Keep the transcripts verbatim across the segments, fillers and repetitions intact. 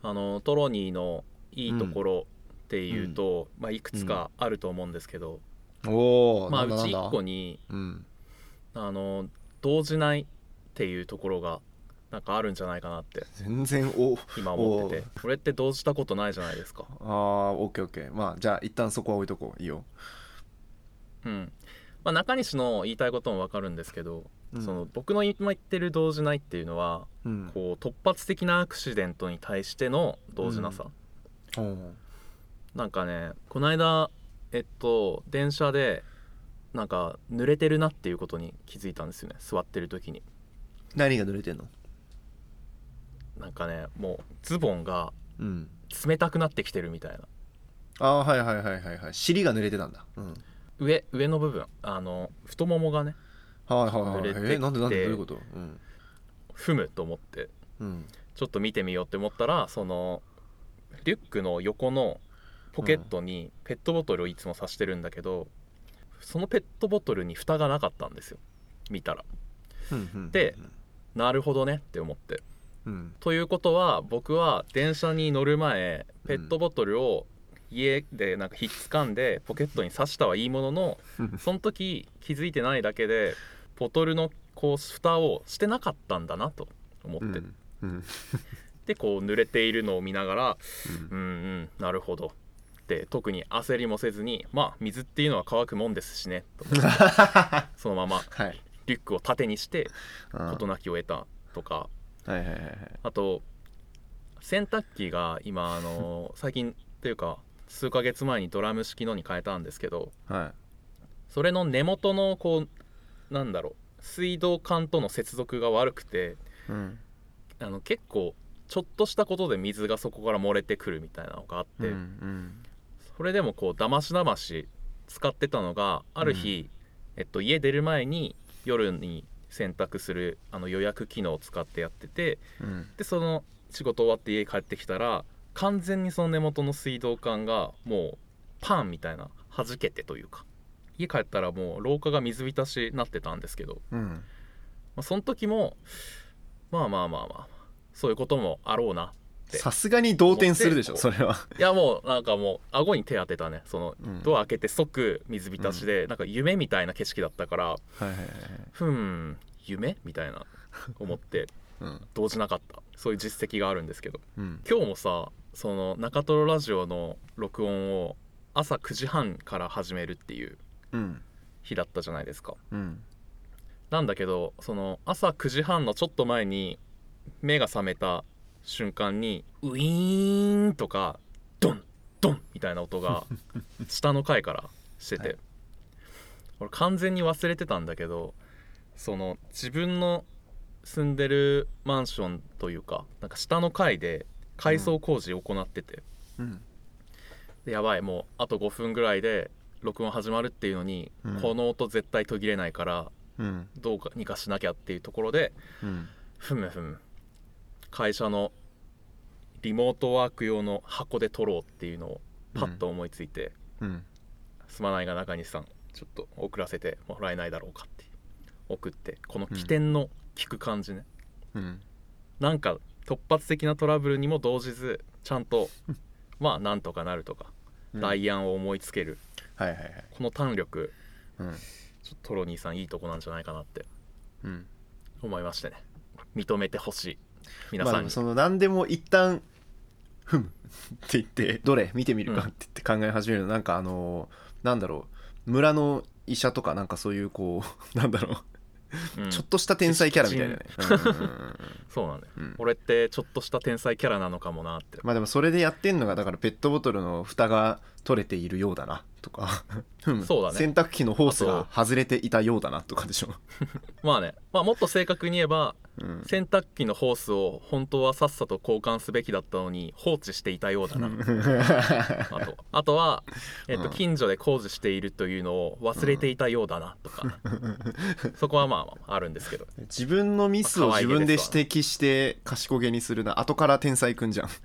あのトロニーのいいところっていうと、うんまあ、いくつかあると思うんですけど、 うん、おまあ、 なんだなんだうちいっこに、 うん、 あの動じないっていうところがなんかあるんじゃないかなって全然お今思ってて、これって動じたことないじゃないですか。 あーオッケーオッケー、まあじゃあ一旦そこは置いとこう。いいよ。 うんまあ、中西の言いたいことも分かるんですけど、 うん、 その僕の今言ってる動じないっていうのは、 うん、 こう突発的なアクシデントに対しての動じなさ、 うん、 なんかねこの間えっと電車でなんか濡れてるなっていうことに気づいたんですよね。座ってる時に何が濡れてんの？ なんかねもうズボンがうん冷たくなってきてるみたいな、 ああーはいはいはいはいはい、尻が濡れてたんだ。うん上上の部分あの太ももがねはいはいはい、 濡れてきて、 えー、なんでなんでどういうこと？うん踏むと思ってうんちょっと見てみようって思ったら、そのリュックの横のポケットにペットボトルをいつも挿してるんだけど、そのペットボトルに蓋がなかったんですよ、見たら。 うんうんでなるほどねって思って、 うんということは僕は電車に乗る前ペットボトルを家でなんかひっつかんでポケットに挿したはいいものの、その時気づいてないだけでボトルのこう蓋をしてなかったんだなと思って、 うんうんでこう濡れているのを見ながら、 ううんんうんなるほどって特に焦りもせずに、まあ水っていうのは乾くもんですしねと思ってそのままはいリュックを縦にしてあ事なきを得たとか、 はいはいはいはいあと洗濯機が今あの最近っていうか数ヶ月前にドラム式のに変えたんですけど、 はいそれの根元のこうなんだろう水道管との接続が悪くて、 うんあの結構ちょっとしたことで水がそこから漏れてくるみたいなのがあって、 うんうんそれでもこうだましだまし使ってたのがある日、えっと、家出る前に夜に洗濯するあの予約機能を使ってやってて、 うんでその仕事終わって家帰ってきたら完全にその根元の水道管がもうパンみたいな弾けてというか、家帰ったらもう廊下が水浸しになってたんですけど、 うんまあ、その時もまあまあまあまあそういうこともあろうなってさすがに動転するでしょそれは。 いやもうなんかもう顎に手当てたね。そのうんドア開けて即水浸しで、なんか夢みたいな景色だったから、 はいはいはいはいふん夢みたいな思ってうん動じなかった。そういう実績があるんですけど、 うん今日もさその中トロラジオの録音を朝くじはんから始めるっていううん日だったじゃないですか。 うんなんだけどその朝くじはんのちょっと前に目が覚めた瞬間にウィーンとかドンドンみたいな音が下の階からしてて、はい、俺完全に忘れてたんだけど、その自分の住んでるマンションというかなんか下の階で改装工事を行ってて、 うん、 でやばいもうあとごふんぐらいで録音始まるっていうのに、うん、この音絶対途切れないから、うん、どうにかしなきゃっていうところで、うん、ふむふむ会社のリモートワーク用の箱で撮ろうっていうのをパッと思いついて、うんうん、すまないが中西さんちょっと送らせてもらえないだろうかって送って、この起点の聞く感じね、うん、なんか突発的なトラブルにも動じずちゃんとまあなんとかなるとか、うん、代案を思いつける、はいはいはい、この胆力、うん、ちょっとトロニーさんいいとこなんじゃないかなって思いましてね、認めてほしい皆さんに。まあ、 その何でも一旦ふむって言ってどれ見てみるかって言って考え始めるの、うん、なんかあのなんだろう村の医者とかなんかそういうこうなんだろう、うん、ちょっとした天才キャラみたいなね、 そうなんだよ、うん、俺ってちょっとした天才キャラなのかもなって。 まあでもそれでやってんのがだからペットボトルの蓋が取れているようだなとかそうだね、洗濯機のホースが外れていたようだなとかでしょまあね、まあ、もっと正確に言えば、うん、洗濯機のホースを本当はさっさと交換すべきだったのに放置していたようだなあと、あとは、えっと、近所で工事しているというのを忘れていたようだなとか、うん、そこはまああるんですけど、 自分のミスを自分で指摘して賢げにするな、後から天才くんじゃん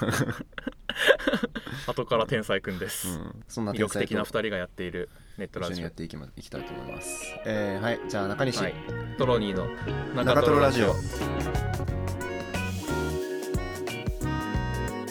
後から天才くんです、うん、 そんな魅力的なふたりがやっているネットラジオ一緒にやっていき、ま、いきたいと思います。えー、はい、じゃあ中西、はい、 トロニーの中トロラジオ。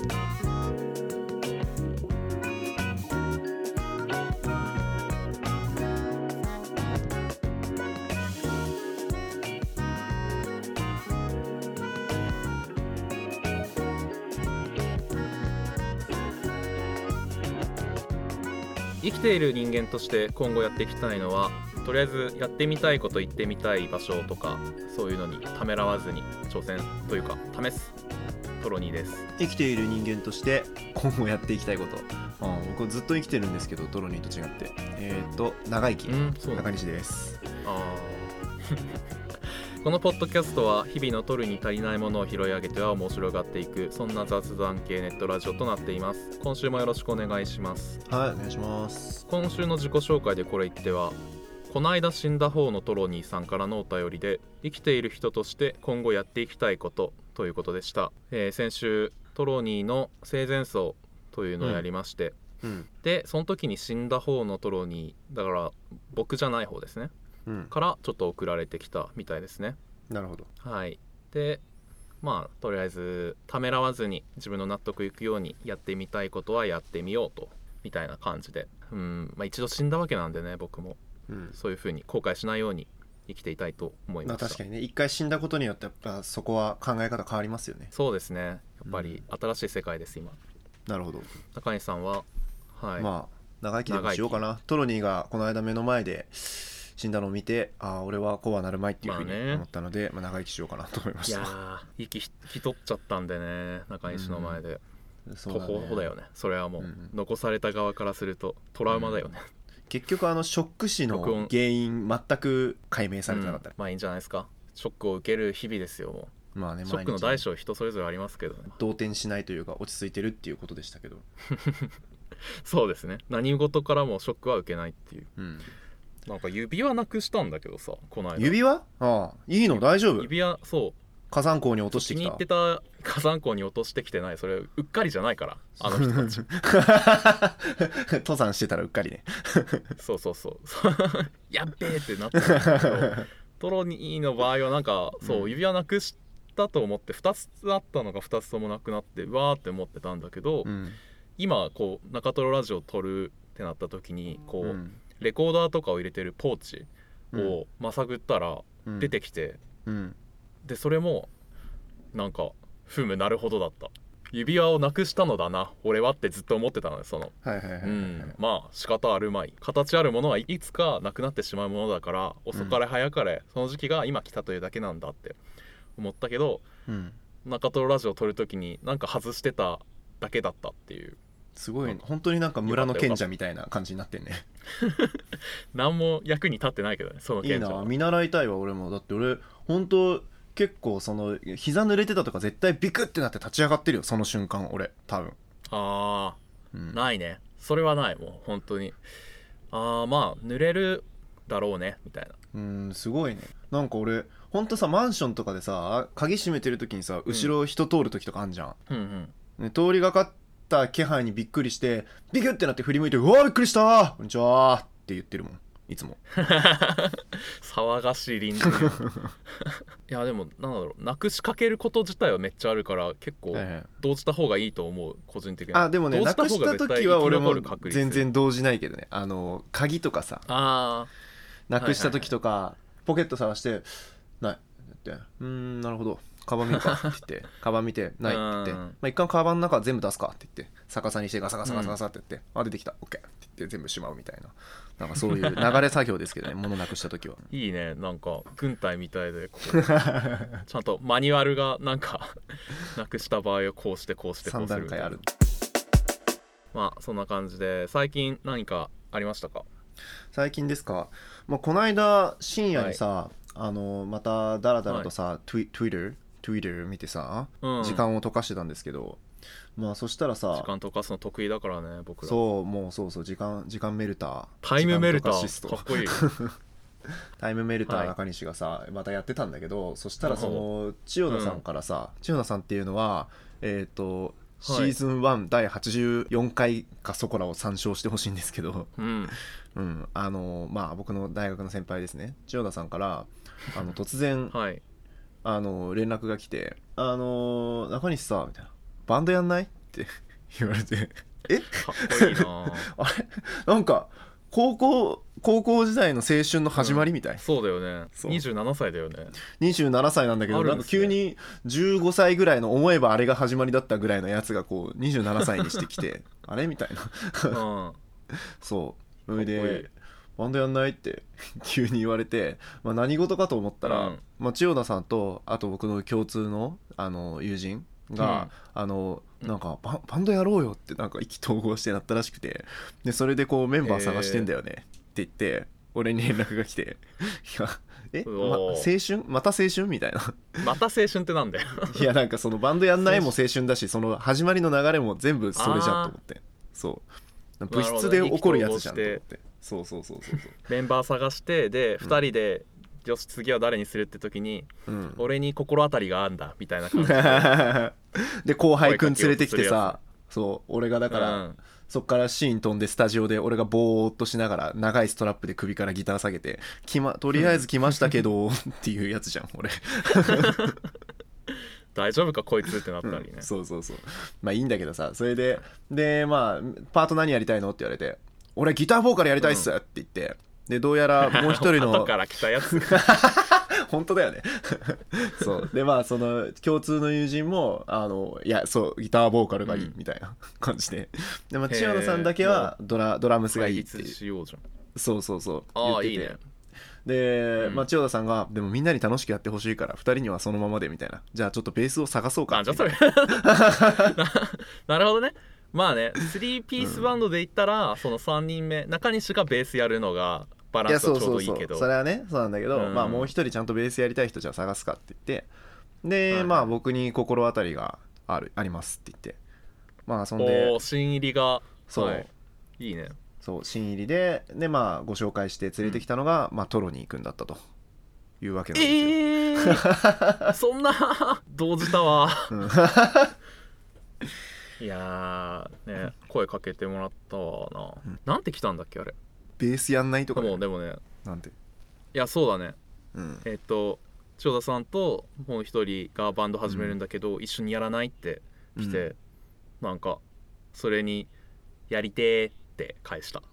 生きている人間として今後やっていきたいのは、とりあえずやってみたいこと、行ってみたい場所とか、そういうのにためらわずに挑戦というか試すトロニーです。 生きている人間として今後やっていきたいこと、あ僕ずっと生きてるんですけどトロニーと違ってえっ、ー、と長生き、うん、そう中西です。あこのポッドキャストは日々の取るに足りないものを拾い上げては面白がっていく、そんな雑談系ネットラジオとなっています。今週もよろしくお願いします。 はい、お願いします。 今週の自己紹介でこれ言っては、こないだ死んだ方のトロニーさんからのお便りで、生きている人として今後やっていきたいことということでした。えー、先週トロニーの生前葬というのをやりまして、うんうん、でその時に死んだ方のトロニーだから僕じゃない方ですね、うん、からちょっと送られてきたみたいですね。 なるほど。 はい。でまあとりあえずためらわずに自分の納得いくようにやってみたいことはやってみようとみたいな感じで、うん、まあ、一度死んだわけなんでね、僕も、うん、そういう風に後悔しないように生きていたいと思いました。 まあ、確かにね、一回死んだことによってやっぱそこは考え方変わりますよね。 そうですね、やっぱり新しい世界です今。 なるほど。 中西さんは、はい、 まあ長生きでもしようかな。トロニーがこの間目の前で死んだのを見て、ああ俺はこうはなるまいっていうふうに思ったので、まあね、まあ、長生きしようかなと思いました。 いや息引き取っちゃったんでね、中西の前で、うん、そうだね、ほほだよね。それはもう、うん、残された側からするとトラウマだよね、 うん、結局あのショック死の原因全く解明されてなかった、うん、 まあいいんじゃないですか。ショックを受ける日々ですよ。もう、まあね、ショックの大小人それぞれありますけどね。 動転しないというか落ち着いてるっていうことでしたけどそうですね、何事からもショックは受けないっていう、うん、なんか指輪なくしたんだけどさ、この間。 指輪？ああ、いいの？大丈夫？ 指輪、そう火山港に落としてきた。 気に入ってた火山港に落としてきてない。それうっかりじゃないから、あの人たち登山してたらうっかりねそうそうそうやっべーってなったんだけどトロニーの場合はなんかそう、うん、指輪なくしたと思ってふたつあったのがふたつともなくなってわーって思ってたんだけど、うん、今こう中トロラジオを撮るってなった時にこう、うん、レコーダーとかを入れてるポーチをまさぐったら出てきて、うんうん、でそれもなんかふむなるほどだった。指輪をなくしたのだな俺はってずっと思ってたのよ。そのまあ仕方あるまい、形あるものはいつかなくなってしまうものだから、遅かれ早かれその時期が今来たというだけなんだって思ったけど、うん、中トロラジオを撮る時になんか外してただけだったっていう。 すごい、ね、本当になんか村の賢者みたいな感じになってんね何も役に立ってないけどね、その賢者は。 いいな、見習いたいわ俺も。だって俺本当結構その膝濡れてたとか絶対ビクってなって立ち上がってるよ、その瞬間俺多分。 あー、うん、ないね、それはない。もう本当にあーまあ濡れるだろうねみたいな。 うーん、すごいね。なんか俺ほんとさ、マンションとかでさ鍵閉めてる時にさ後ろ人通る時とかあんじゃん、うんうんうん、ね、通りがかった気配にびっくりしてビクってなって振り向いて、うわーびっくりしたーこんにちはーって言ってるもんいつも騒がしい隣人いやでもなんだろう、なくしかけること自体はめっちゃあるから結構動じた方がいいと思う、個人的に。 あでもね、なくした時は俺も全然動じないけどね。あの鍵とかさ、あなくした時とか、はいはいはい、ポケット探してないってうーんなるほどカバン見るかって言ってカバン見てないって言って、まあ、一貫カバンの中全部出すかって言って逆さにしてガサガサガサガサって言って、うん、あ出てきた OK って言って全部しまうみたいな、なんかそういう流れ作業ですけどね物なくした時は。 いいね、なんか軍隊みたいでこうちゃんとマニュアルがなんかなくした場合はこうしてこうしてこうするみたいな。さんだんかいある。まあそんな感じで最近何かありましたか？ 最近ですか、まあ、この間深夜にさ、はい、あのまたダラダラとさ、はい、Twitter Twitter 見てさ、うん、時間を溶かしてたんですけど、まあそしたらさ、 時間溶かすの得意だからね僕ら。 そうもうそうそう時間時間メルタータイムメルターかっこいいタイムメルター中西がさ、はい、またやってたんだけど、そしたらその千代田さんからさ、うん、千代田さんっていうのはえっ、ー、とシーズンワンだいはちじゅうよんかいかそこらを参照してほしいんですけど、うんうん、あのまあ僕の大学の先輩ですね、千代田さんからあの突然、はいあの連絡が来て、あの中西さみたいなバンドやんないって言われてえかっこいいなあれなんか高校高校時代の青春の始まりみたい、うん、 そうだよね。にじゅうななさいだよね。 にじゅうななさいなんだけど、ね、なんか急にじゅうごさいぐらいの思えばあれが始まりだったぐらいのやつがこうにじゅうななさいにしてきてあれみたいな、うん、 そうそれでバンドやんないって急に言われて、まあ、何事かと思ったら、うんまあ、千代田さんとあと僕の共通のあの友人が、うん、あのなんかババンドやろうよってなんか意気投合してなったらしくて、でそれでこうメンバー探してんだよねって言って俺に連絡が来ていやえ、ま、青春また青春みたいなまた青春ってなんだよいやなんかそのバンドやんないも青春だし、その始まりの流れも全部それじゃんと思って、そう部室で起こるやつじゃんと思って、そうそうそうそうそうメンバー探してで、うん、ふたりでよし次は誰にするって時に、うん、俺に心当たりがあんだみたいな感じでで後輩くん連れてきてさ、そう俺がだから、うん、そっからシーン飛んでスタジオで俺がボーっとしながら長いストラップで首からギター下げてき、ま、とりあえず来ましたけどっていうやつじゃん俺大丈夫かこいつってなったりね、 うん、そうそうそうまあいいんだけどさ、それででまあパート何やりたいのって言われて俺ギターボーカルやりたいっすって言って、うん、でどうやらもう一人の後から来たやつ本当だよねそうでまあその共通の友人もあのいやそうギターボーカルがいいみたいな感じで、でも千代野さんだけはドラドラムスがいいっていうしようじゃん、 そうそうそう言ってて、 あいいねで、うんまあ、千代田さんがでもみんなに楽しくやってほしいからふたりにはそのままでみたいな、じゃあちょっとベースを探そうかあじゃあそれな, なるほどね。まあねスリーピースバンドで言ったら、うん、そのさんにんめ中西がベースやるのがバランスはちょうどいいけど、 いやそうそうそうそれはねそうなんだけど、うん、まあもう一人ちゃんとベースやりたい人じゃあ探すかって言ってで、はい、まあ僕に心当たりがあるありますって言ってまあそんでお新入りがそう、はい、 いいねそう新入りででまあご紹介して連れてきたのが、うんまあ、トロに行くんだったというわけなんですよ。 えー、そんな動じたわ、うん、いやーね声かけてもらったわな、うん、なんて来たんだっけあれベースやんないとか、 ね、でもでもねなんていやそうだね、うん、えっ、ー、と千代田さんともう一人がバンド始めるんだけど、うん、一緒にやらないって来て、うん、なんかそれにやりてーって返した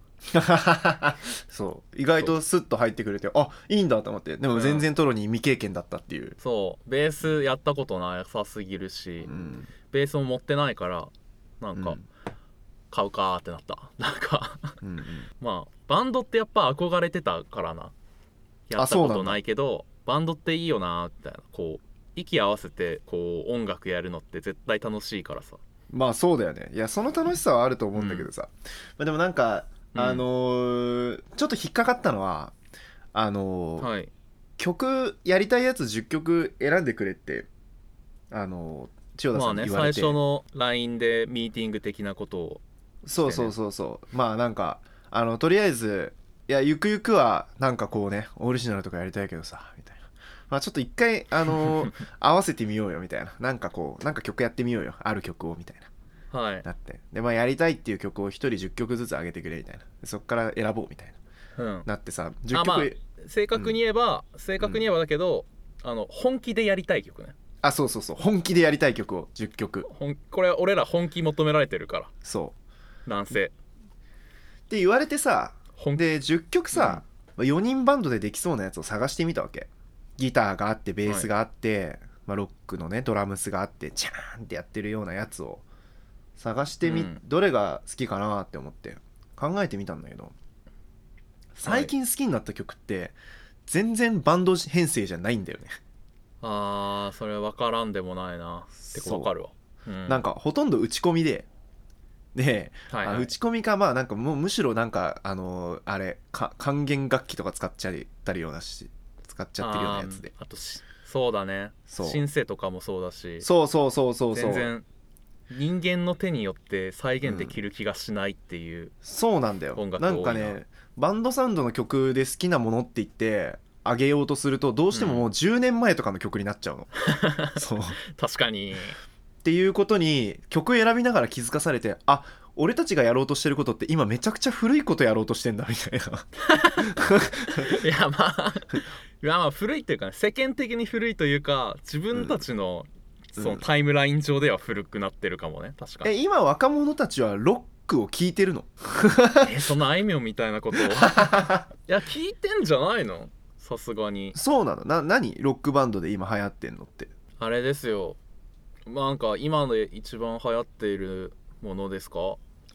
そう意外とスッと入ってくれてあいいんだと思って、でも全然トロに未経験だったっていう、うん、 そうベースやったことなさすぎるし、うん、ベースも持ってないからなんか、うん、買うかーってなったなんかうん、うん、まあバンドってやっぱ憧れてたからな、やったことないけどバンドっていいよなみたいな、こう息合わせてこう音楽やるのって絶対楽しいからさ。 まあそうだよね、いやその楽しさはあると思うんだけどさ、うんまあ、でもなんかあのーうん、ちょっと引っかかったのはあのーはい、曲やりたいやつじゅっきょく選んでくれってあのー、千代田さんに言われて、 まあね、最初の ライン でミーティング的なことを、ね、 そうそうそうそうまあなんかあのとりあえずいやゆくゆくはなんかこうねオリジナルとかやりたいけどさみたいな、まあちょっと一回あのー、合わせてみようよみたいな、なんかこうなんか曲やってみようよある曲をみたいなはい、 なってで、まあ、やりたいっていう曲をひとりじゅっきょくずつ上げてくれみたいな、そっから選ぼうみたいな、うん、なってさじゅっきょく、まあ、 正確に言えば、うん、正確に言えばだけど、うん、あの本気でやりたい曲ね。 あそうそうそう本気でやりたい曲をじゅっきょく、 これ俺ら本気求められてるからそうなんせって言われてさでじゅっきょくさ、うん、よにんバンドでできそうなやつを探してみたわけ。ギターがあってベースがあって、はいまあ、ロックのねドラムスがあってチャーンってやってるようなやつを探してみ、うん、どれが好きかなって思って考えてみたんだけど、最近好きになった曲って全然バンド編成じゃないんだよね。 あーそれ分からんでもないなって分かるわ、 うん、なんかほとんど打ち込みでで、はいはい、打ち込みかまあなんかもうむしろなんかあのー、あれか管弦楽器とか使っちゃったりようなし使っちゃってるようなやつで、 あとそうだねシンセとかもそうだし、 そうそうそうそうそう全然人間の手によって再現できる気がしないっていう、うん、 そうなんだよ。なんかねバンドサウンドの曲で好きなものって言ってあげようとするとどうしてももうじゅうねんまえとかの曲になっちゃうの、うん、そう確かにっていうことに曲選びながら気づかされて、あ俺たちがやろうとしてることって今めちゃくちゃ古いことやろうとしてんだみたいないやまあいやまあ古いっていうか、ね、世間的に古いというか自分たちの、うんそのタイムライン上では古くなってるかもね。確かにえ今若者たちはロックを聴いてるのえそんなあいみょんみたいなことをいや聞いてんじゃないのさすがに。 そうなのな何ロックバンドで今流行ってんのってあれですよ、まあ、なんか今で一番流行っているものですか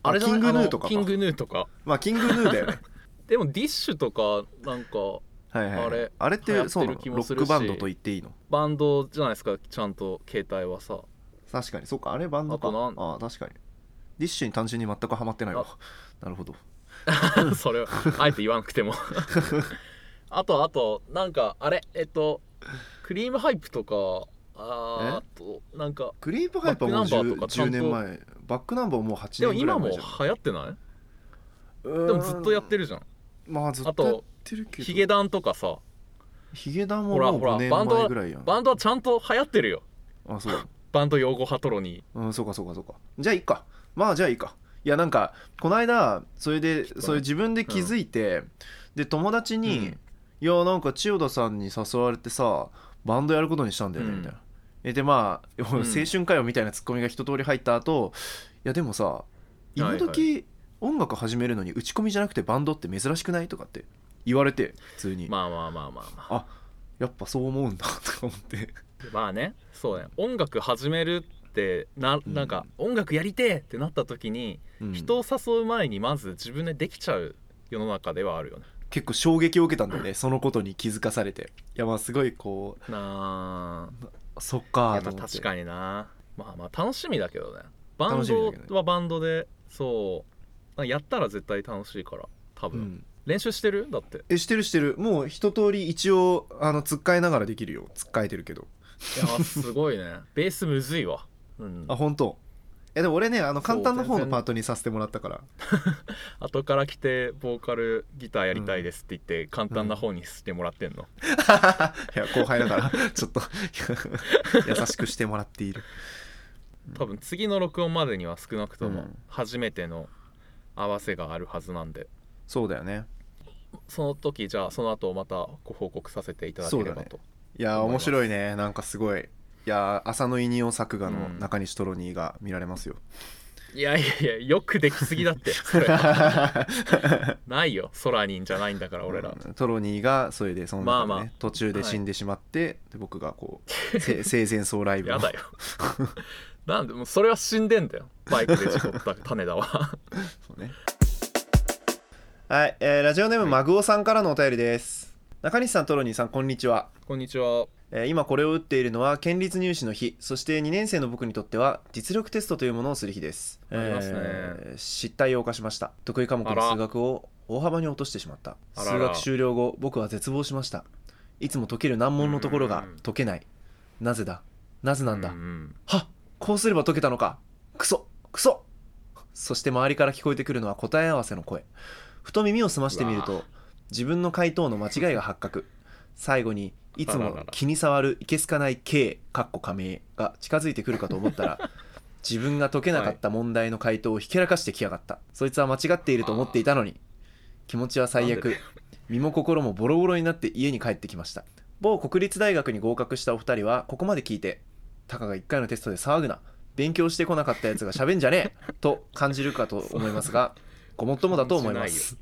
あれじゃないキングヌーとかかキングヌーとかまあキングヌーだよねでもディッシュとかなんかはいはい、はい、 あれあれってそうなの流行ってる気もロッするしクバンドと言っていいの？ バンドじゃないですかちゃんと携帯はさ。 確かにそうかあれバンドか。 あとなんああ確かにディッシュに単純に全くハマってないわなるほどそれはあえて言わなくてもあとあとなんかあれえっとクリームハイプとかああとなんかクリームハイプはもう 10, 10年前バックナンバーもうはちねんぐらい前じゃん。 でも今も流行ってない？でもずっとやってるじゃん。 まあずっとやってるけどヒゲダンとかさヒゲダンももうごねんまえぐらいやん。 バンドはちゃんと流行ってるよ。 あそうバンド用語ハトロニーうんそうかそうかそうかじゃあいいかまあじゃあいいか。いやなんかこの間それでそれ自分で気づいて、うん、で友達に、うん、いやなんか千代田さんに誘われてさバンドやることにしたんだよね、うん、みたいなえでまあ、うん、青春かよみたいなツッコミが一通り入った後いやでもさ今時、はいはい、音楽始めるのに打ち込みじゃなくてバンドって珍しくないとかって言われて普通にまあまあまあまあまああやっぱそう思うんだとか思ってまあねそうね音楽始めるってな、なんか音楽やりてえってなった時に、うん、人を誘う前にまず自分でできちゃう世の中ではあるよね。 結構衝撃を受けたんだよねそのことに気づかされていやまあすごいこうなあそっかと思って確かになまあまあ楽しみだけどねバンドはバンドでそうやったら絶対楽しいから多分、うん、練習してるだってえしてるしてるもう一通り一応あのつっかえながらできるよつっかえてるけどいやすごいねベースむずいわ、うん、 あ本当えでも俺ねあの簡単な方のパートにさせてもらったから後から来てボーカルギターやりたいですって言って、うん、簡単な方にしてもらってんの、うん、いや後輩だからちょっと優しくしてもらっている多分次の録音までには少なくとも初めての合わせがあるはずなんで、うん、 そうだよねその時じゃあその後またご報告させていただければと、ね、 いや面白いねなんかすごいいや浅野稲夫作画の中西トロニーが見られますよ、 うん、いやいやいやよくできすぎだってそれないよソラニンじゃないんだから俺ら、 うん、トロニーがそれでその中で、ねまあまあ、途中で死んでしまって、はい、で僕がこう生前葬ライブをやだよなんでもうそれは死んでんだよバイクで事故った種だわそうねはい、えー、ラジオネームマグオさんからのお便りです。中西さんトロニーさんこんにちは。 こんにちは。 えー、今これを打っているのは県立入試の日、そしてにねん生の僕にとっては実力テストというものをする日です。 ありますね、 えー、失態を犯しました。得意科目の数学を大幅に落としてしまった。数学終了後僕は絶望しました。いつも解ける難問のところが解けない。なぜだなぜなんだ。はっこうすれば解けたのか。クソクソ。そして周りから聞こえてくるのは答え合わせの声。ふと耳を澄ましてみると自分の回答の間違いが発覚。最後にいつも気に障るいけすかない K かっこ仮名が近づいてくるかと思ったら自分が解けなかった問題の回答をひけらかしてきやがった。そいつは間違っていると思っていたのに。気持ちは最悪。身も心もボロボロになって家に帰ってきました。某国立大学に合格したお二人はここまで聞いてたかがいっかいのテストで騒ぐな勉強してこなかったやつが喋んじゃねえと感じるかと思いますがごもっともだと思います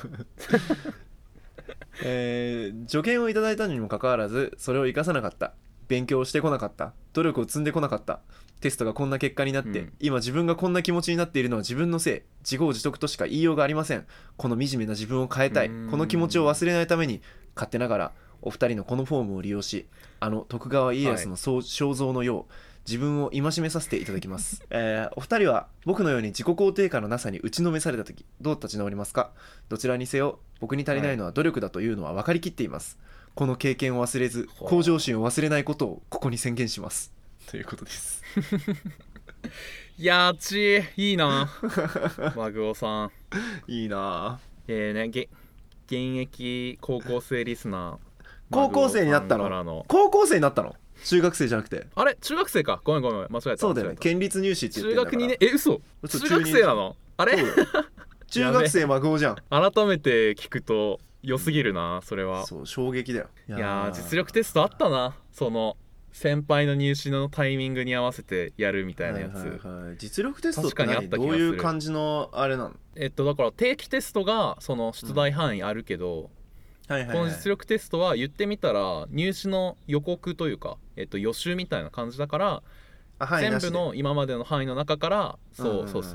えー、助言をいただいたのにもかかわらずそれを生かさなかった。勉強してこなかった。努力を積んでこなかった。テストがこんな結果になって、うん、今自分がこんな気持ちになっているのは自分のせい。自業自得としか言いようがありません。この惨めな自分を変えたい。この気持ちを忘れないために勝手ながらお二人のこのフォームを利用しあの徳川家康の肖像のよう、はい、自分を戒めさせていただきます、えー、お二人は僕のように自己肯定感のなさに打ちのめされた時どう立ち直りますか。どちらにせよ僕に足りないのは努力だというのは分かりきっています、はい、この経験を忘れず向上心を忘れないことをここに宣言しますということですいやーちいいなマグオさんいいなえーねげ現役高校生リスナー高校生になったの高校生になったの中学生じゃなくてあれ中学生かごめんごめん間違えた。 そうだよね県立入試って言ってんだから中学にねえ嘘中学生なのあれ中学生マグオじゃん改めて聞くと良すぎるなそれは。 そう衝撃だよ。 いや, いや実力テストあったなその先輩の入試のタイミングに合わせてやるみたいなやつ、はいはいはい、 実力テストって何どういう感じのあれなの。 えっとだから定期テストがその出題範囲あるけど、うんはいはいはい、この実力テストは言ってみたら入試の予告というか、えっと、予習みたいな感じだから全部の今までの範囲の中からそうそうそう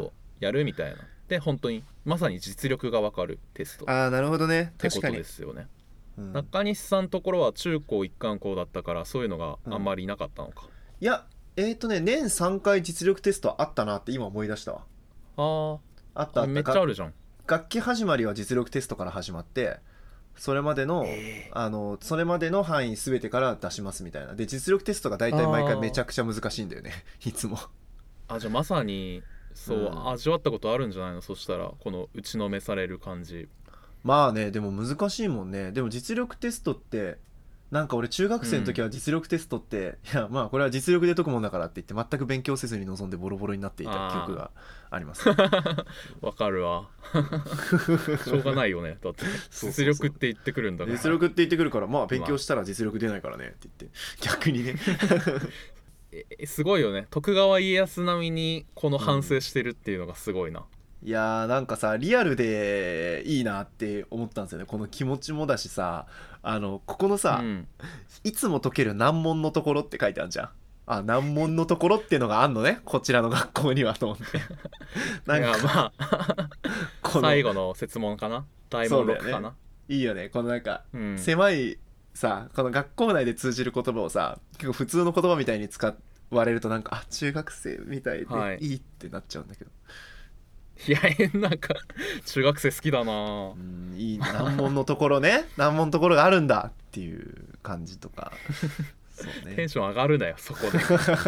やるみたいなで本当にまさに実力が分かるテストああなるほどね、 ってこと確かにですよね、 うん、 中西さんのところは中高一貫校だったからそういうのがあんまりなかったのか、 いやえっ、ー、とね年さんかい実力テストあったなって今思い出したわ。 ああったあった、 めっちゃあるじゃん。 楽器始まりは実力テストから始まってそれまでの、 えー、 あのそれまでの範囲全てから出しますみたいなで実力テストが大体毎回めちゃくちゃ難しいんだよねいつも。 あじゃあまさにそう、うん、味わったことあるんじゃないの、そしたらこの打ちのめされる感じ。 まあねでも難しいもんね。でも実力テストってなんか俺中学生の時は実力テストって、うん、いやまあこれは実力で解くもんだからって言って全く勉強せずに臨んでボロボロになっていた記憶があります。 わかるわしょうがないよねだって実力って言ってくるんだから。 実力って言ってくるからまあ勉強したら実力出ないからねって言って逆にねえすごいよね、徳川家康並みにこの反省してるっていうのがすごいな、 うん、いやーなんかさリアルでいいなって思ったんですよね。この気持ちもだしさあのここのさ、うん、いつも解ける難問のところって書いてあるじゃん。あ難問のところっていうのがあんのねこちらの学校にはと思ってなんかいやまあ最後の設問かな大問ろくかな、ね、 いいよねこのなんか、うん、狭いさこの学校内で通じる言葉をさ結構普通の言葉みたいに使われるとなんかあ中学生みたいでいいってなっちゃうんだけど、 はい、いやなんか中学生好きだな。 うんいい難問のところね難問のところがあるんだっていう感じとかそうね、 テンション上がるなよそこで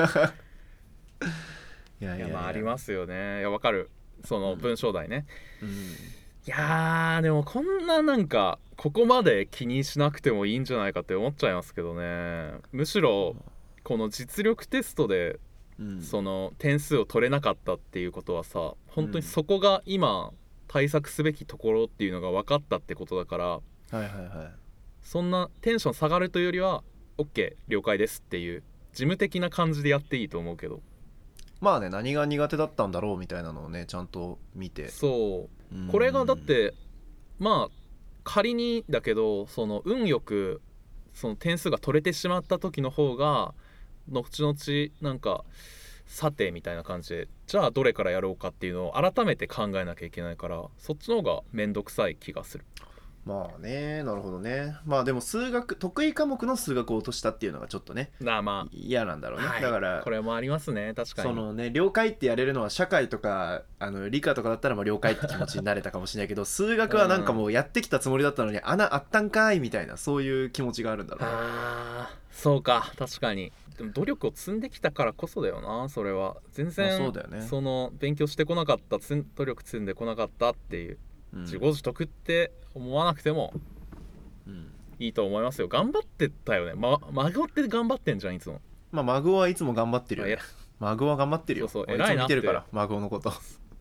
いやいやいや、 いやまあありますよね。いやわかるその文章題ね、 うんうん、いやーでもこんななんかここまで気にしなくてもいいんじゃないかって思っちゃいますけどね。むしろこの実力テストでその点数を取れなかったっていうことはさ本当にそこが今対策すべきところっていうのが分かったってことだから、 はいはいはい、 そんなテンション下がるというよりは OK 了解ですっていう事務的な感じでやっていいと思うけど、 まあね何が苦手だったんだろうみたいなのをねちゃんと見て、 そうこれがだってまあ仮にだけどその運よくその点数が取れてしまった時の方が後々なんかさてみたいな感じでじゃあどれからやろうかっていうのを改めて考えなきゃいけないからそっちの方がめんどくさい気がする。 まあねなるほどね。まあでも数学得意科目の数学を落としたっていうのがちょっとねなあまあ嫌なんだろうね、 はい、 だからこれもありますね確かに。 そのね了解ってやれるのは社会とかあの理科とかだったらまあ了解って気持ちになれたかもしれないけど数学はなんかもうやってきたつもりだったのに穴あったんかいみたいなそういう気持ちがあるんだろうね。 あそうか確かに。でも努力を積んできたからこそだよなそれは。全然、 そうだよね、 その勉強してこなかった努力積んでこなかったっていう、うん、自業自得って思わなくてもいいと思いますよ。頑張ってたよね、ま、孫って頑張ってんじゃんいつも。 まあ孫はいつも頑張ってるよね。孫は頑張ってるよ。 そうそう偉いなって。 いつも見てるから孫のこと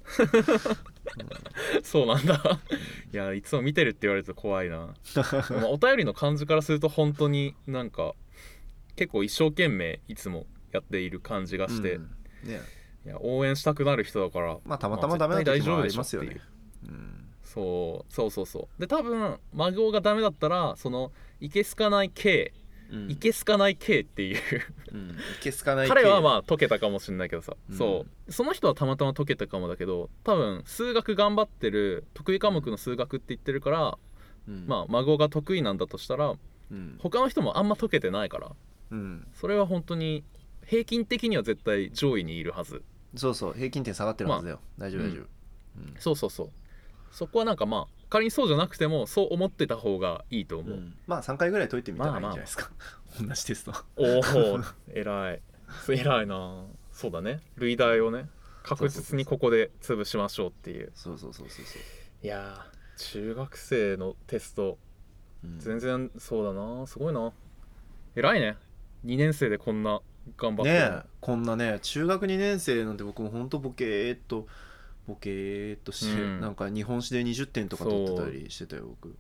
そうなんだいやいつも見てるって言われると怖いなお便りの感じからすると本当になんか結構一生懸命いつもやっている感じがして、うんね、いや応援したくなる人だから、 まあ、たまたまダメな時もありますよね。 そうそうそうそうで多分マグオがダメだったらそのいけすかない K、うん、いけすかない K っていう、 うん、いけすかない K 彼はまあ解けたかもしれないけどさ、うん、そうその人はたまたま解けたかもだけど多分数学頑張ってる得意科目の数学って言ってるから、うん、まあマグオが得意なんだとしたら、うん、他の人もあんま解けてないからうん、それは本当に平均的には絶対上位にいるはず。 そうそう平均点下がってるはずだよ、まあ、大丈夫大丈夫、 うんうん、そうそうそうそこはなんかまあ仮にそうじゃなくてもそう思ってた方がいいと思う、うん、 まあさんかいぐらい解いてみたらいいんじゃないですか、まあまあ、同じテストおお偉い偉いな。そうだね類題をね確実にここで潰しましょうっていう。 そうそうそうそうそういや中学生のテスト、うん、全然そうだなすごいな偉いねにねん生でこんな頑張ってねえこんなね中学にねん生なんて僕もほんとボケーっとボケーっとして、うん、なんか日本史でにじゅってんとか取ってたりしてたよ僕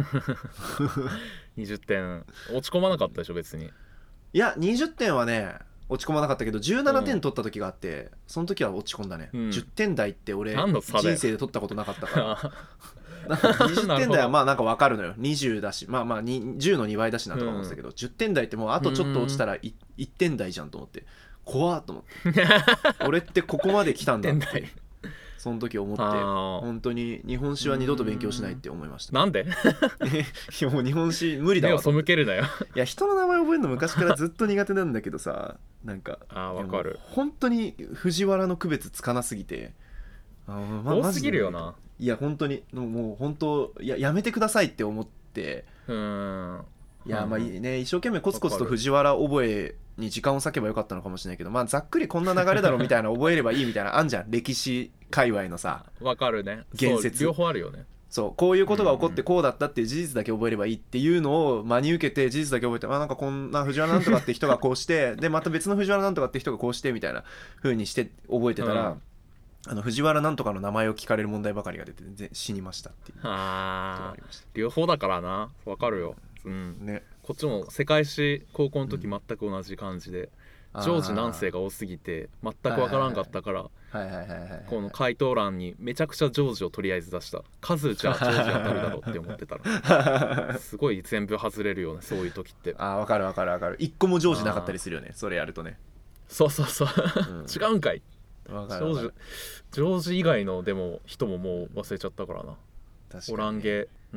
にじゅってん落ち込まなかったでしょ別に。 いやにじゅってんはね落ち込まなかったけどじゅうななてん取った時があって、うん、その時は落ち込んだね、うん、じゅってん台って俺人生で取ったことなかったからにじゅってん台はまあなんか分かるのよにじゅうだしまあまあじゅうのにばいだしなとか思ってたけど、うん、じゅってん台ってもうあとちょっと落ちたら い, いってん台じゃんと思って怖っと思って俺ってここまで来たんだってその時思って、本当に日本史は二度と勉強しないって思いました。 なんでいやもう日本史無理だわ。 目を背けるなよ。 いや人の名前覚えるの昔からずっと苦手なんだけどさ、なんかあーわかる。 本当に藤原の区別つかなすぎて、 あ、ま、多すぎるよな。 いや本当にもう本当いややめてくださいって思って、 うーん、 いやまあね、一生懸命コツコツと藤原覚えに時間を割けばよかったのかもしれないけど、まあざっくりこんな流れだろみたいな覚えればいいみたいなあんじゃん、歴史界隈のさ、 わかるね、 言説両方あるよね。 そうこういうことが起こってこうだったっていう事実だけ覚えればいいっていうのを真に受けて、事実だけ覚えて、あなんかこんな藤原なんとかって人がこうしてでまた別の藤原なんとかって人がこうしてみたいな風にして覚えてたら、うんあの藤原なんとかの名前を聞かれる問題ばかりが出て全然死にましたっていうことがありました。 両方だからな、わかるよ、うんね、こっちも世界史高校の時全く同じ感じで、うん、ジョージ何世が多すぎて全くわからんかったから、この回答欄にめちゃくちゃジョージをとりあえず出した。数じゃジョージ当たるだろうって思ってたらすごい全部外れるよね、そういう時って。 ああわかるわかるわかる。一個もジョージなかったりするよね、それやるとね。 そうそうそう、うん、違うんかい。ジョージ、ジョージ以外のでも人ももう忘れちゃったからな。オランゲ、うん、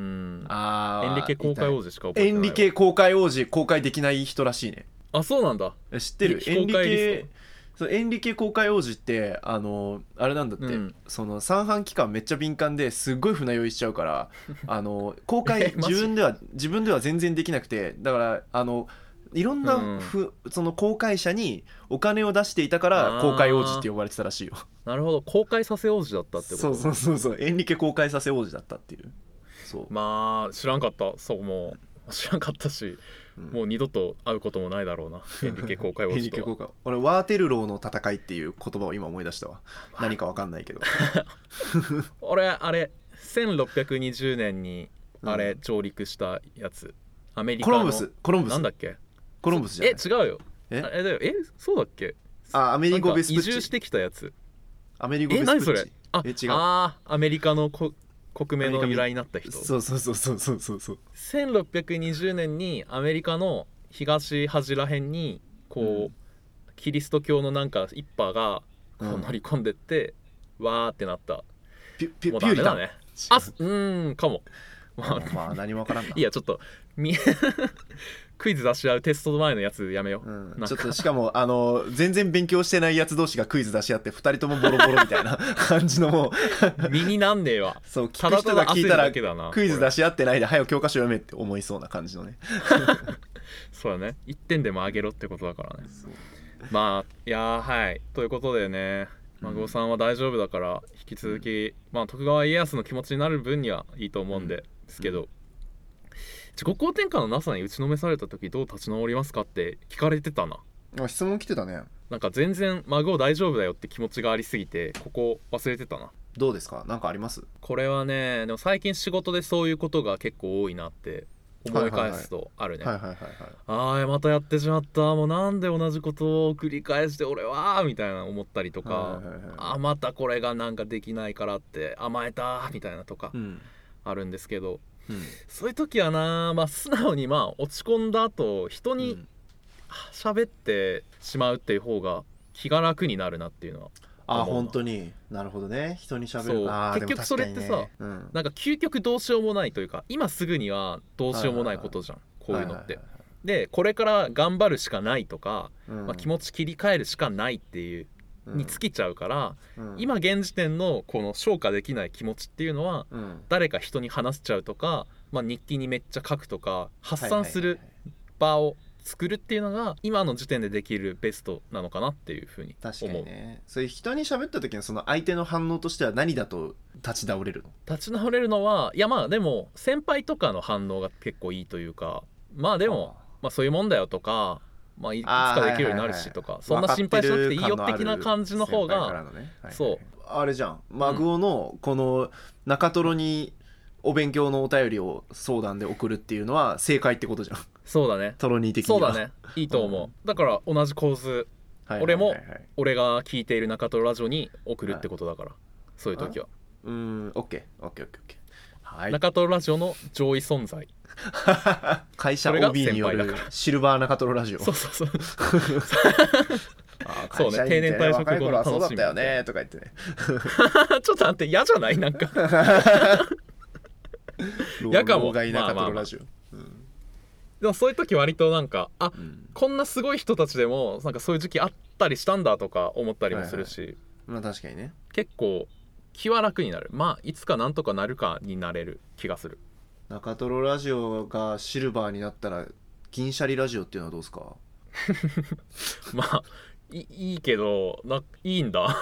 あエンリケ公開王子しか覚えてない。 エンリケ公開王子公開できない人らしいね。 あ、そうなんだ。 知ってる？エンリケ、そうエンリケ公開王子ってあのあれなんだって、うん、その三半規管めっちゃ敏感ですっごい船酔いしちゃうからあの公開自分では自分では全然できなくて、だからあのいろんなふ、うん、その公開者にお金を出していたから公開王子って呼ばれてたらしいよ。 なるほど、公開させ王子だったってこと。 そうそうそうそう、エンリケ公開させ王子だったっていう。そうまあ知らんかった。そうもう知らんかったし、うん、もう二度と会うこともないだろうな、エンリケ公開王子とは。エンリケ公開、 俺ワーテルローの戦いっていう言葉を今思い出したわ。何かわかんないけど俺あれせんろっぴゃくにじゅうねんにあれ上陸したやつ、うん、アメリカのコロンブスコロンブスなんだっけ、 コロンブスじゃない？ え違うよ。えあれだよ。えそうだっけ？ あアメリゴベスプッチ。 移住してきたやつ。 アメリゴベスプッチ。 え何それ？あえ違う。 あアメリカのこ国名の由来になった人。 そうそうそうそうそうそうそう。 せんろっぴゃくにじゅうねんにアメリカの東端らへんにこう、うん、キリスト教のなんか一派がこう乗り込んでって、うん、わーってなった。 ピュピュピューリタンね。 あうーんかも。 まあ、まあ何もわからんな。 いやちょっとみクイズ出し合うテスト前のやつやめよう、 うん、ちょっとしかもあの全然勉強してないやつ同士がクイズ出し合ってふたりともボロボロみたいな感じのもう身になんねえわ。 そう聞く人が聞いたらクイズ出し合ってないで早く教科書読めって思いそうな感じのねそうだね、いってんでもあげろってことだからね。まあいやはいということでね、マグオさんは大丈夫だから引き続き、うん、まあ徳川家康の気持ちになる分にはいいと思うんで、うん、ですけど、うん、自己肯定感のなさに打ちのめされた時どう立ち直りますかって聞かれてたな。 あ質問来てたね。 なんか全然マグオ大丈夫だよって気持ちがありすぎてここ忘れてたな。 どうですか、なんかあります？ これはねでも最近仕事でそういうことが結構多いなって思い返すとあるね。ああまたやってしまった、もうなんで同じことを繰り返して俺はみたいな思ったりとか、はいはいはいはい、あまたこれがなんかできないからって甘えたみたいなとかあるんですけど、うん、そういう時はな、まあ、素直にまあ落ち込んだ後人に喋ってしまうっていう方が気が楽になるなっていうのは。 あ本当になるほどね、人に喋る。あ結局それってさ、ねうん、なんか究極どうしようもないというか今すぐにはどうしようもないことじゃん、こういうのって。でこれから頑張るしかないとか、うんまあ、気持ち切り替えるしかないっていうに尽きちゃうから、うん、今現時点のこの消化できない気持ちっていうのは、うん、誰か人に話しちゃうとか、まあ、日記にめっちゃ書くとか発散する場を作るっていうのが今の時点でできるベストなのかなっていうふうに思う。 確かにね。そういう人に喋った時のその相手の反応としては何だと立ち直れるの？ 立ち直れるのはいやまあでも先輩とかの反応が結構いいというか、まあでもまあそういうもんだよとか、まあいつかできるようになるしとか、そんな心配しなくていいよ的な感じの方が、そうあれじゃん、マグオのこの中トロにお勉強のお便りを相談で送るっていうのは正解ってことじゃん。 そうだね、 トロニー的には。 そうだね、いいと思う、うん、だから同じ構図、はいはいはいはい、俺も俺が聞いている中トロラジオに送るってことだから、はい、そういう時はうん オッケーオッケーオッケーオッケー、はい、中トロラジオの上位存在会社 オービー によるシルバー中トロラジオ。 そうそうそうあそうね会社員ってね定年退職若い頃はそうだったよ後の楽しみねとか言ってねちょっと待って嫌じゃないなんかやかも老害中トロラジオ、 でもそういう時割となんかあ、 うん、 こんなすごい人たちでもなんかそういう時期あったりしたんだとか思ったりもするし、はいはい、 まあ確かにね結構気は楽になる。まあいつかなんとかなるかになれる気がする。 中トロラジオがシルバーになったら銀シャリラジオっていうのはどうですかまあいいいけどないいんだ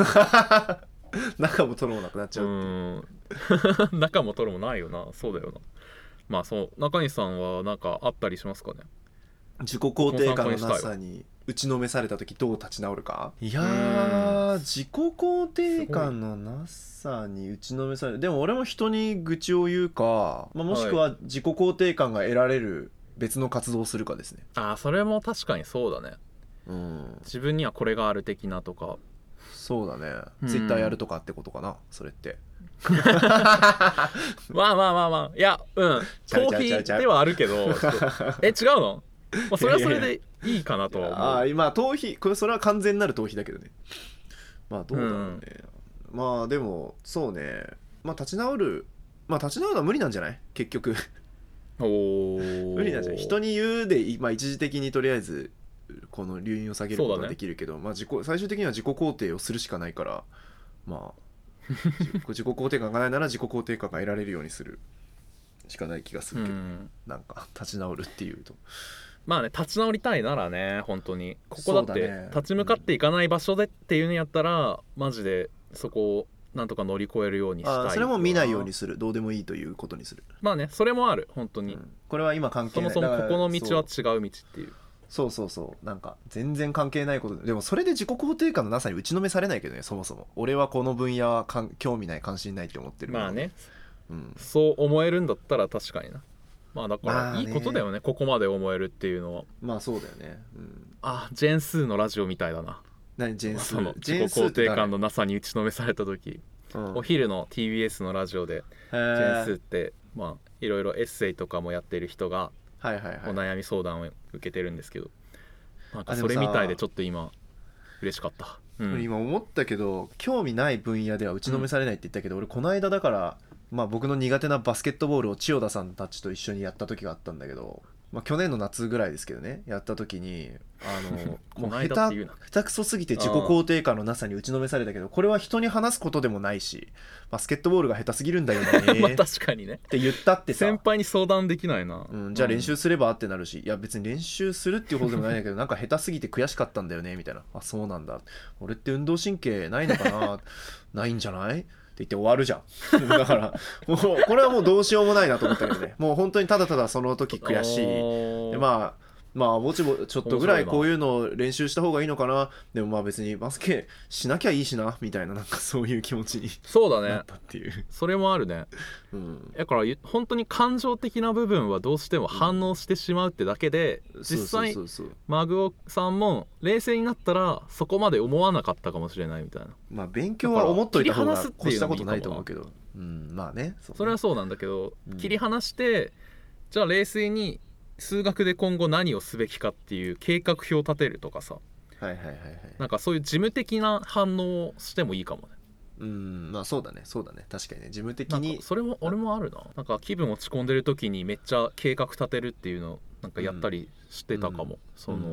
中もトロもなくなっちゃう。うーん中もトロもないよな。そうだよな。まあそう中西さんはなんかあったりしますかね。 自己肯定感のなさに打ちのめされた時どう立ち直るか。いやー自己肯定感のなさに打ちのめされる。でも俺も人に愚痴を言うか、まあ、もしくは自己肯定感が得られる別の活動をするかですね。 ああそれも確かにそうだね。うん、自分にはこれがある的なとか。 そうだね。ツイッターやるとかってことかなそれってまあまあまあまあいやうん逃避ではあるけどえ違うの、まあ、それはそれでいいかなとは思う。 ああ今逃避これそれは完全なる逃避だけどね。まあどうだろうね、うん、まあでもそうねまあ立ち直るまあ立ち直るのは無理なんじゃない結局お無理なんじゃない。人に言うで、まあ、一時的にとりあえずこの留飲を下げることができるけど、ねまあ、自己最終的には自己肯定をするしかないからまあ自己肯定感がないなら自己肯定感が得られるようにするしかない気がするけど、うん、なんか立ち直るっていうとまあね立ち直りたいならね本当にここだって立ち向かっていかない場所でっていうのやったら、うん、マジでそこをなんとか乗り越えるようにしたい。 あそれも見ないようにする。どうでもいいということにする。 まあねそれもある本当に、うん、 これは今関係ない。 そもそもここの道は違う道っていう。 そうそうそうなんか全然関係ないことでもそれで自己肯定感のなさに打ちのめされないけどね。そもそも俺はこの分野はかん興味ない関心ないって思ってる。 まあね、うん、そう思えるんだったら確かにな。まあだからいいことだよね、まあ、ねここまで思えるっていうのは。まあそうだよね、うん、 あジェーンスーのラジオみたいだな。 何ジェーンスー、 まあ、自己肯定感のなさに打ちのめされた時、うん、お昼の ティービーエス のラジオでジェーンスーってまあいろいろエッセイとかもやってる人がお悩み相談を受けてるんですけど、なんかそれみたいでちょっと今嬉しかった、 うん、今思ったけど興味ない分野では打ちのめされないって言ったけど、うん、俺この間だからまあ僕の苦手なバスケットボールを千代田さんたちと一緒にやった時があったんだけど、まあ、去年の夏ぐらいですけどねやった時にあのもう下手下手くそすぎて自己肯定感のなさに打ちのめされたけどこれは人に話すことでもないしバスケットボールが下手すぎるんだよねまあ確かにねって言ったってさ先輩に相談できないな、 うん、じゃあ練習すればってなるし、うん、いや別に練習するっていうほどでもないんだけどなんか下手すぎて悔しかったんだよねみたいな。あそうなんだ俺って運動神経ないのかなないんじゃないって言って終わるじゃんだからもうこれはもうどうしようもないなと思ったけどねもう本当にただただその時悔しいでまあまあぼちぼちょっとぐらいこういうのを練習した方がいいのかな。でもまあ別にバスケしなきゃいいしなみたいななんかそういう気持ちにそうだねなったっていう。 それもあるね、うん、だから本当に感情的な部分はどうしても反応してしまうってだけで、うん、実際マグオさんも冷静になったらそこまで思わなかったかもしれないみたいな。 まあ勉強は思っといた方が越したことないと思うけど、うん、まあね そ, うねそれはそうなんだけど、うん、切り離してじゃあ冷静に数学で今後何をすべきかっていう計画表を立てるとかさ、 はいはいはいはい、 なんかそういう事務的な反応をしてもいいかもね。 うんまあそうだねそうだね確かにね事務的にそれも俺もあるな。なんか気分落ち込んでる時にめっちゃ計画立てるっていうのをなんかやったりしてたかも、うん、その、うんうんうん、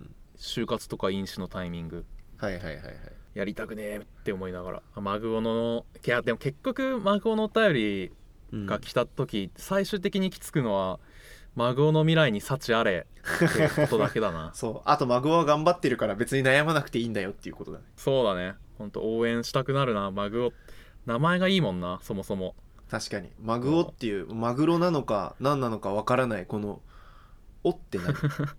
就活とか飲酒のタイミングはいはいはいはいやりたくねえって思いながらマグオのいやでも結局マグオのお便りが来た時、うん、最終的にきつくのはマグオの未来に幸あれってことだけだなそうあとマグオは頑張ってるから別に悩まなくていいんだよっていうことだね。 そうだねほんと応援したくなるな。マグオ名前がいいもんなそもそも。 確かにマグオっていうマグロなのか何なのかわからないこのおって何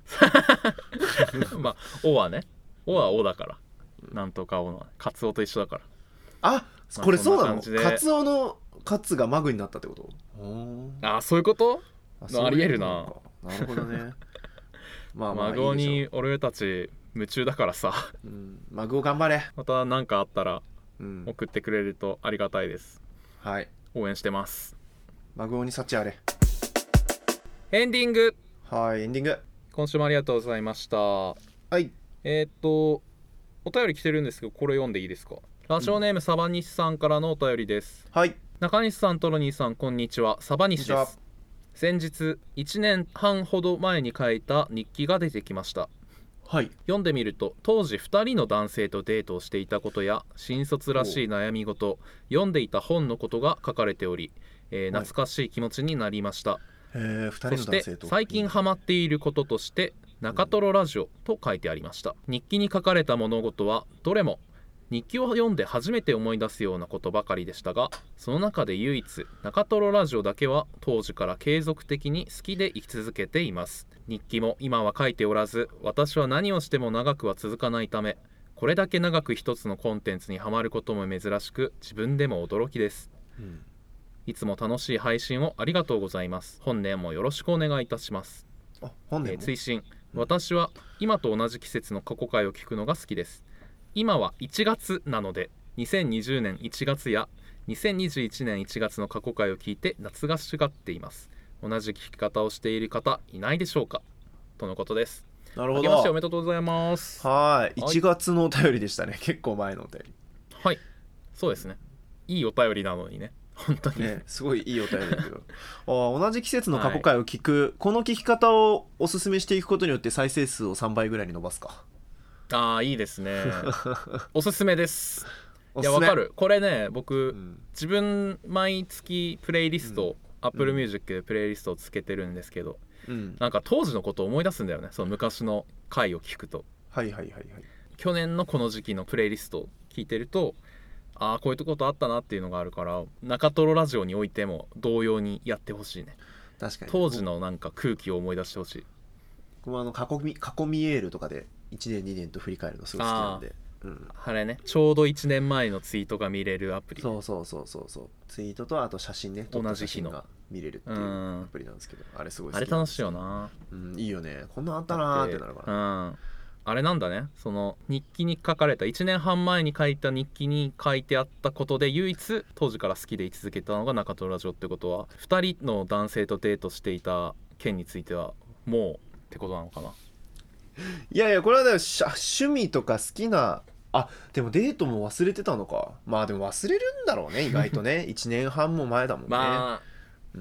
まあおはねおはおだからなんとかおのカツオと一緒だから。 あこれそうなのカツオのカツがマグになったってこと。 あそういうことありえるな。 なるほどねまあまあマグオに俺たち夢中だからさ、 うん、マグオ頑張れ。 また何かあったら送ってくれるとありがたいです、 うん、はい応援してます。 マグオに幸あれ。 エンディング。 はいエンディング。 今週もありがとうございました。 はいええー、っとお便り来てるんですけど、これ読んでいいですか。ラジオネーム、うん、サバニシさんからのお便りです。 はい。 中西さん、トロニーさん、こんにちは。サバニシです。先日いちねんはんほど前に書いた日記が出てきました。 はい。 読んでみると、当時ふたりの男性とデートをしていたことや新卒らしい悩み事、読んでいた本のことが書かれており、えー、懐かしい気持ちになりました。はい、 えー、ふたりの男性と。 そして最近ハマっていることとして中トロラジオと書いてありました。日記に書かれた物事はどれも日記を読んで初めて思い出すようなことばかりでしたが、その中で唯一中トロラジオだけは当時から継続的に好きで生き続けています。日記も今は書いておらず、私は何をしても長くは続かないため、これだけ長く一つのコンテンツにはまることも珍しく、自分でも驚きです。うん、いつも楽しい配信をありがとうございます。本年もよろしくお願いいたします。 あ、本年も、 えー、追伸、私は今と同じ季節の過去回を聞くのが好きです。今はいちがつなので、にせんにじゅうねんいちがつやにせんにじゅういちねんいちがつの過去回を聞いて夏がしがっています。同じ聞き方をしている方いないでしょうか、とのことです。 なるほど。 明けましておめでとうございます。 はい、いちがつのお便りでしたね。結構前のお便り。 はい、そうですね。いいお便りなのにね、本当にね、すごいいいお便りだけどあ、同じ季節の過去回を聞く、はい、この聞き方をおすすめしていくことによって再生数をさんばいぐらいに伸ばすか。 ああ、いいですね。おすすめです。いや、わかる。これね、僕、うん、自分毎月プレイリスト、うん、Apple Music でプレイリストをつけてるんですけど、うん、なんか当時のことを思い出すんだよね、その昔の回を聞くと。 はいはいはいはい。 去年のこの時期のプレイリストを聞いてると、ああこういうことあったなっていうのがあるから、中トロラジオにおいても同様にやってほしいね。 確かに当時のなんか空気を思い出してほしい。 僕もあの過去見過去見エールとかでいちねんにねんと振り返るのすごい好きなんで、 うん、あれね、ちょうどいちねんまえのツイートが見れるアプリ、ね、 そうそうそうそうそう、ツイートとあと写真ね、撮った写真が見れるっていうアプリなんですけど、あれすごい好きなんですよ。 あれ楽しいよな、 うん、いいよね、こんなんあったなーってなるから、 うん、あれなんだね、その日記に書かれたいちねんはん前に書いた日記に書いてあったことで唯一当時から好きで居続けたのが中トロラジオってことは、ふたりの男性とデートしていた件についてはもうってことなのかな。 いやいや、これはでも趣味とか好きな、あ、でもデートも忘れてたのか。まあでも忘れるんだろうね、意外とね。いちねんはんも前だもんね。 まあ、 うん、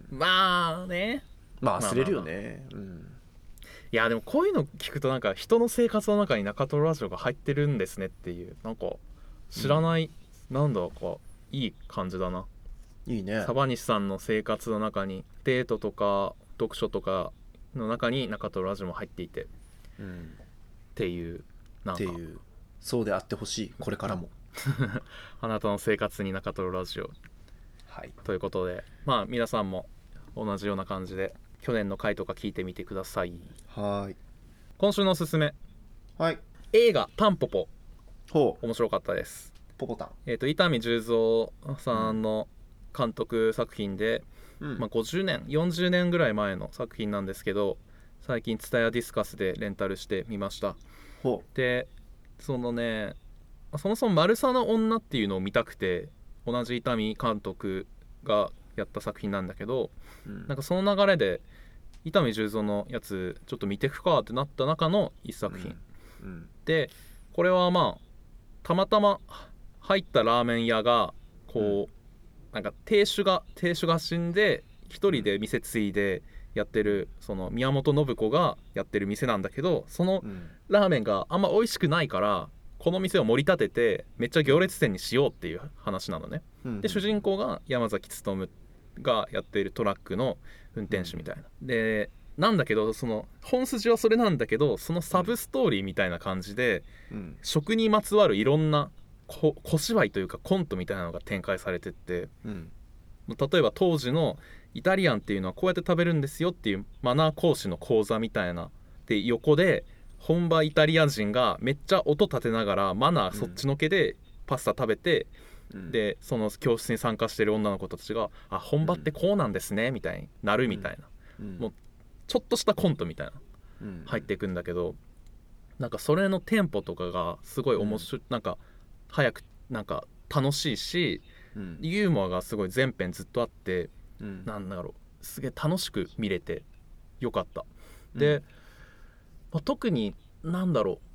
まあね、 まあ忘れるよね、まあまあまあ、うん。 いやでもこういうの聞くとなんか人の生活の中に中トロラジオが入ってるんですねっていう、なんか知らない、うん、なんだかいい感じだな。 いいね。 サバニシさんの生活の中にデートとか読書とかの中に中トロラジオも入っていて、うん、っていうなんかっていう、そうであってほしい、これからもあなたの生活に中トロラジオ、 はい、 ということで、まあ皆さんも同じような感じで去年の回とか聞いてみてください。 はい。 今週のおすすめ、 はい、 映画タンポポ、 ほう、 面白かったです。 ポポタン、 えっと伊丹十三さんの監督作品で、うん、まあ、ごじゅうねんよんじゅうねんぐらい前の作品なんですけど、最近ツタヤディスカスでレンタルしてみました。 ほう。 でそのね、そもそもマルサの女っていうのを見たくて、同じ伊丹監督がやった作品なんだけど、うん、なんかその流れで伊丹十三のやつちょっと見てくかってなった中の一作品、うんうん、でこれはまあたまたま入ったラーメン屋がこう、うん、なんか亭主が亭主が死んで一人で店継いでやってる、その宮本信子がやってる店なんだけど、そのラーメンがあんま美味しくないからこの店を盛り立ててめっちゃ行列店にしようっていう話なのね、うん、で主人公が山崎努がやっているトラックの運転手みたいな、うん、でなんだけどその本筋はそれなんだけど、そのサブストーリーみたいな感じで、うん、食にまつわるいろんな小芝居というかコントみたいなのが展開されてって、うん、例えば当時のイタリアンっていうのはこうやって食べるんですよっていうマナー講師の講座みたいなで、横で本場イタリア人がめっちゃ音立てながらマナーそっちのけでパスタ食べて、うん、でその教室に参加してる女の子たちがあ本場ってこうなんですねみたいになるみたいな、うん、もうちょっとしたコントみたいな、うん、入っていくんだけど、なんかそれのテンポとかがすごい面白い、うん、なんか早くなんか楽しいし、うん、ユーモアがすごい全編ずっとあって、うん、なんだろう、すげえ楽しく見れてよかった。で、うん、まあ、特になんだろ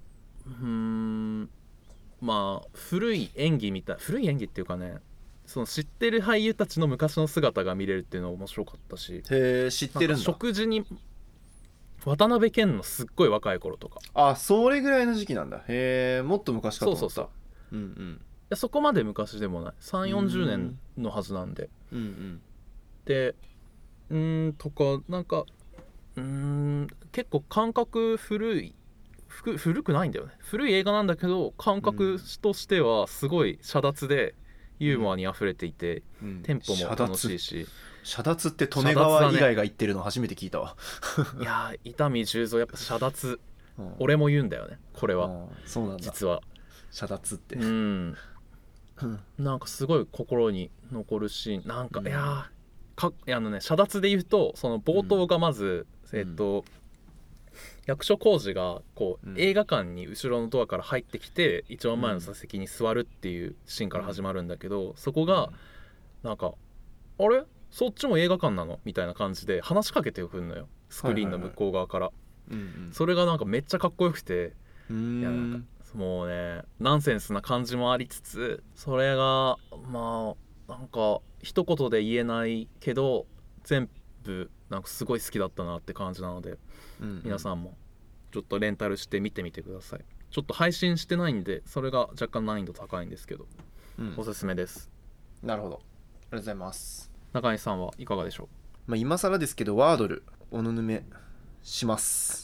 うーんまあ古い演技みたい古い演技っていうかね、その知ってる俳優たちの昔の姿が見れるっていうのは面白かったし。 へえ、知ってるんだ。 食事に渡辺謙のすっごい若い頃とか。 あ、それぐらいの時期なんだ。へえ、もっと昔かと思った。 そうそうそう、 うんうん、 いやそこまで昔でもない、さんじゅうよんじゅうねんのはずなんで。 うんうん、 でうーんとかなんかうーん結構感覚古いふ古くないんだよね。古い映画なんだけど感覚としてはすごい遮奪でユーモアにあふれていて、うん、テンポも楽しいし。 遮奪って利根川以外が言ってるの初めて聞いたわ。 いや伊丹十三やっぱ遮奪、うん、俺も言うんだよねこれは、うん、 そうなんだ実は遮奪ってうんなんかすごい心に残るシーンなんか、うん、いやかあのね遮奪で言うとその冒頭がまず、うん、えっと、うん、役所広司がこう、うん、映画館に後ろのドアから入ってきて一番前の座席に座るっていうシーンから始まるんだけど、そこがなんかあれそっちも映画館なのみたいな感じで話しかけてくるのよ、スクリーンの向こう側から、はいはいはい、それがなんかめっちゃかっこよくて、うーんいやなんかもうねナンセンスな感じもありつつ、それがまあなんか一言で言えないけど全部なんかすごい好きだったなって感じなので、うんうん、皆さんもちょっとレンタルして見てみてください。ちょっと配信してないんでそれが若干難易度高いんですけど、うん、おすすめです。 なるほど、ありがとうございます。 中西さんはいかがでしょう。 まあ、今更ですけどワードルおぬぬめします。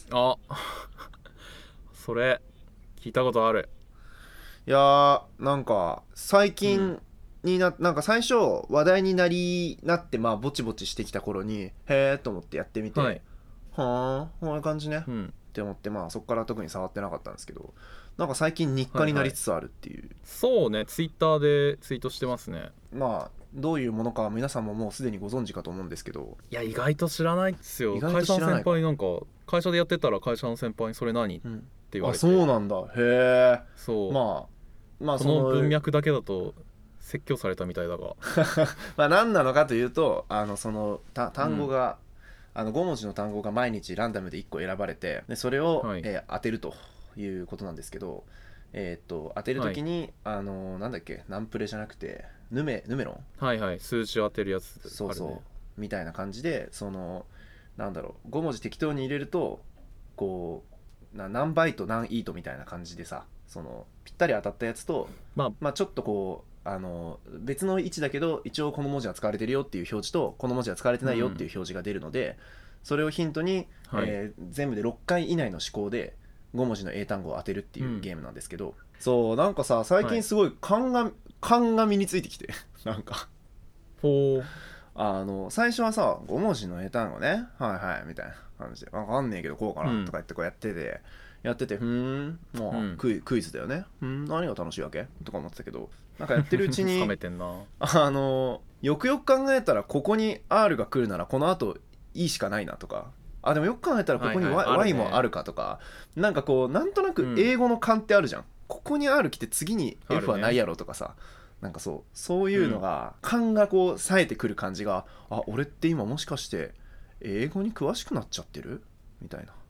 あそれ聞いたことある。 いやーなんか最近にな、うん、なんか最初話題になりなってまあぼちぼちしてきた頃にへーと思ってやってみて、はい、はーこういう感じね、うん、って思ってまあそこから特に触ってなかったんですけど、なんか最近日課になりつつあるっていう、はいはい、 そうねツイッターでツイートしてますね。 まあどういうものかは皆さんももうすでにご存知かと思うんですけど、 いや意外と知らないですよ。会社の先輩なんか会社でやってたら会社の先輩にそれ何、うん、って言われて、 あそうなんだへえ。 そうまあまあこの文脈だけだと説教されたみたいだがまあ何なのかというとあのその単語が、うん、あのご文字の単語が毎日ランダムでいっこ選ばれてでそれを、はいえー、当てるということなんですけど、えー、っと当てるときに、はい、あのなんだっけナンプレじゃなくてヌメヌメロンはいはい数字を当てるやつ、ね、 そうそうみたいな感じでそのなんだろうご文字適当に入れるとこうな何バイト何イートみたいな感じでさそのぴったり当たったやつと、まあ、まあちょっとこうあの別の位置だけど一応この文字は使われてるよっていう表示とこの文字は使われてないよっていう表示が出るので、うん、それをヒントに、はいえー、全部でろっかい以内の思考でご文字の英単語を当てるっていうゲームなんですけど、うん、そうなんかさ最近すごい勘が、はい、勘が身についてきてなんかほうあの最初はさご文字の英単語ねはいはいみたいな感じで分かんねえけどこうかなとか言ってこうやってて、うんやっててふーんもう、うん、クイ、クイズだよねふーん何が楽しいわけとか思ってたけどなんかやってるうちに冷めてんなあのよくよく考えたらここに R が来るならこの後 E しかないなとかあでもよく考えたらここに Y,、はいはい Y もあるかとか、ね、なんかこうなんとなく英語の勘ってあるじゃん、うん、ここに R 来て次に F はないやろとかさ、ね、なんかそうそういうのが、うん、勘がこう冴えてくる感じがあ俺って今もしかして英語に詳しくなっちゃってるみたいな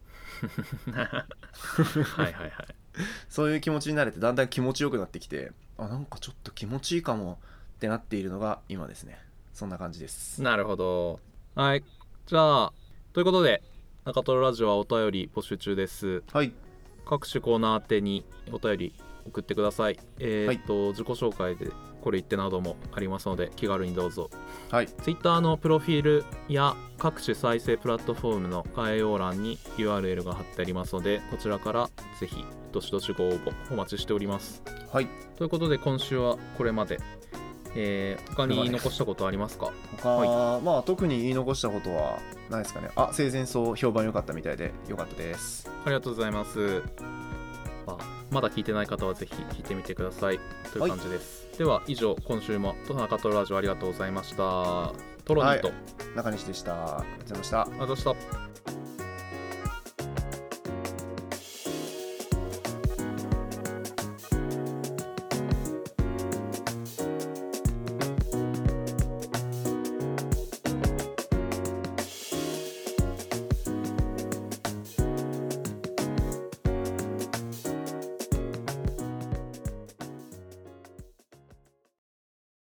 はいはいはいそういう気持ちになれてだんだん気持ちよくなってきてあなんかちょっと気持ちいいかもってなっているのが今ですね。そんな感じです。 なるほど。はいじゃあということで中トロラジオはお便り募集中です。 はい各種コーナー宛てにお便り送ってください。えー、っと、はい、自己紹介でこれ言ってなどもありますので気軽にどうぞ。 はい、 Twitter のプロフィールや各種再生プラットフォームの概要欄に ユーアールエル が貼ってありますのでこちらからぜひどしどしご応募お待ちしております。 はいということで今週はこれまで、えー、他に言い残したことありますか？ 他、はい、まあ特に言い残したことはないですかね。あ生前葬評判良かったみたいで良かったです。 ありがとうございます。まあ、まだ聞いてない方はぜひ聞いてみてくださいという感じです、はい、では以上今週もト中トロラジオありがとうございました。トロニーと、はい、 中西でした。ありがとうございました。 ありがとうございました。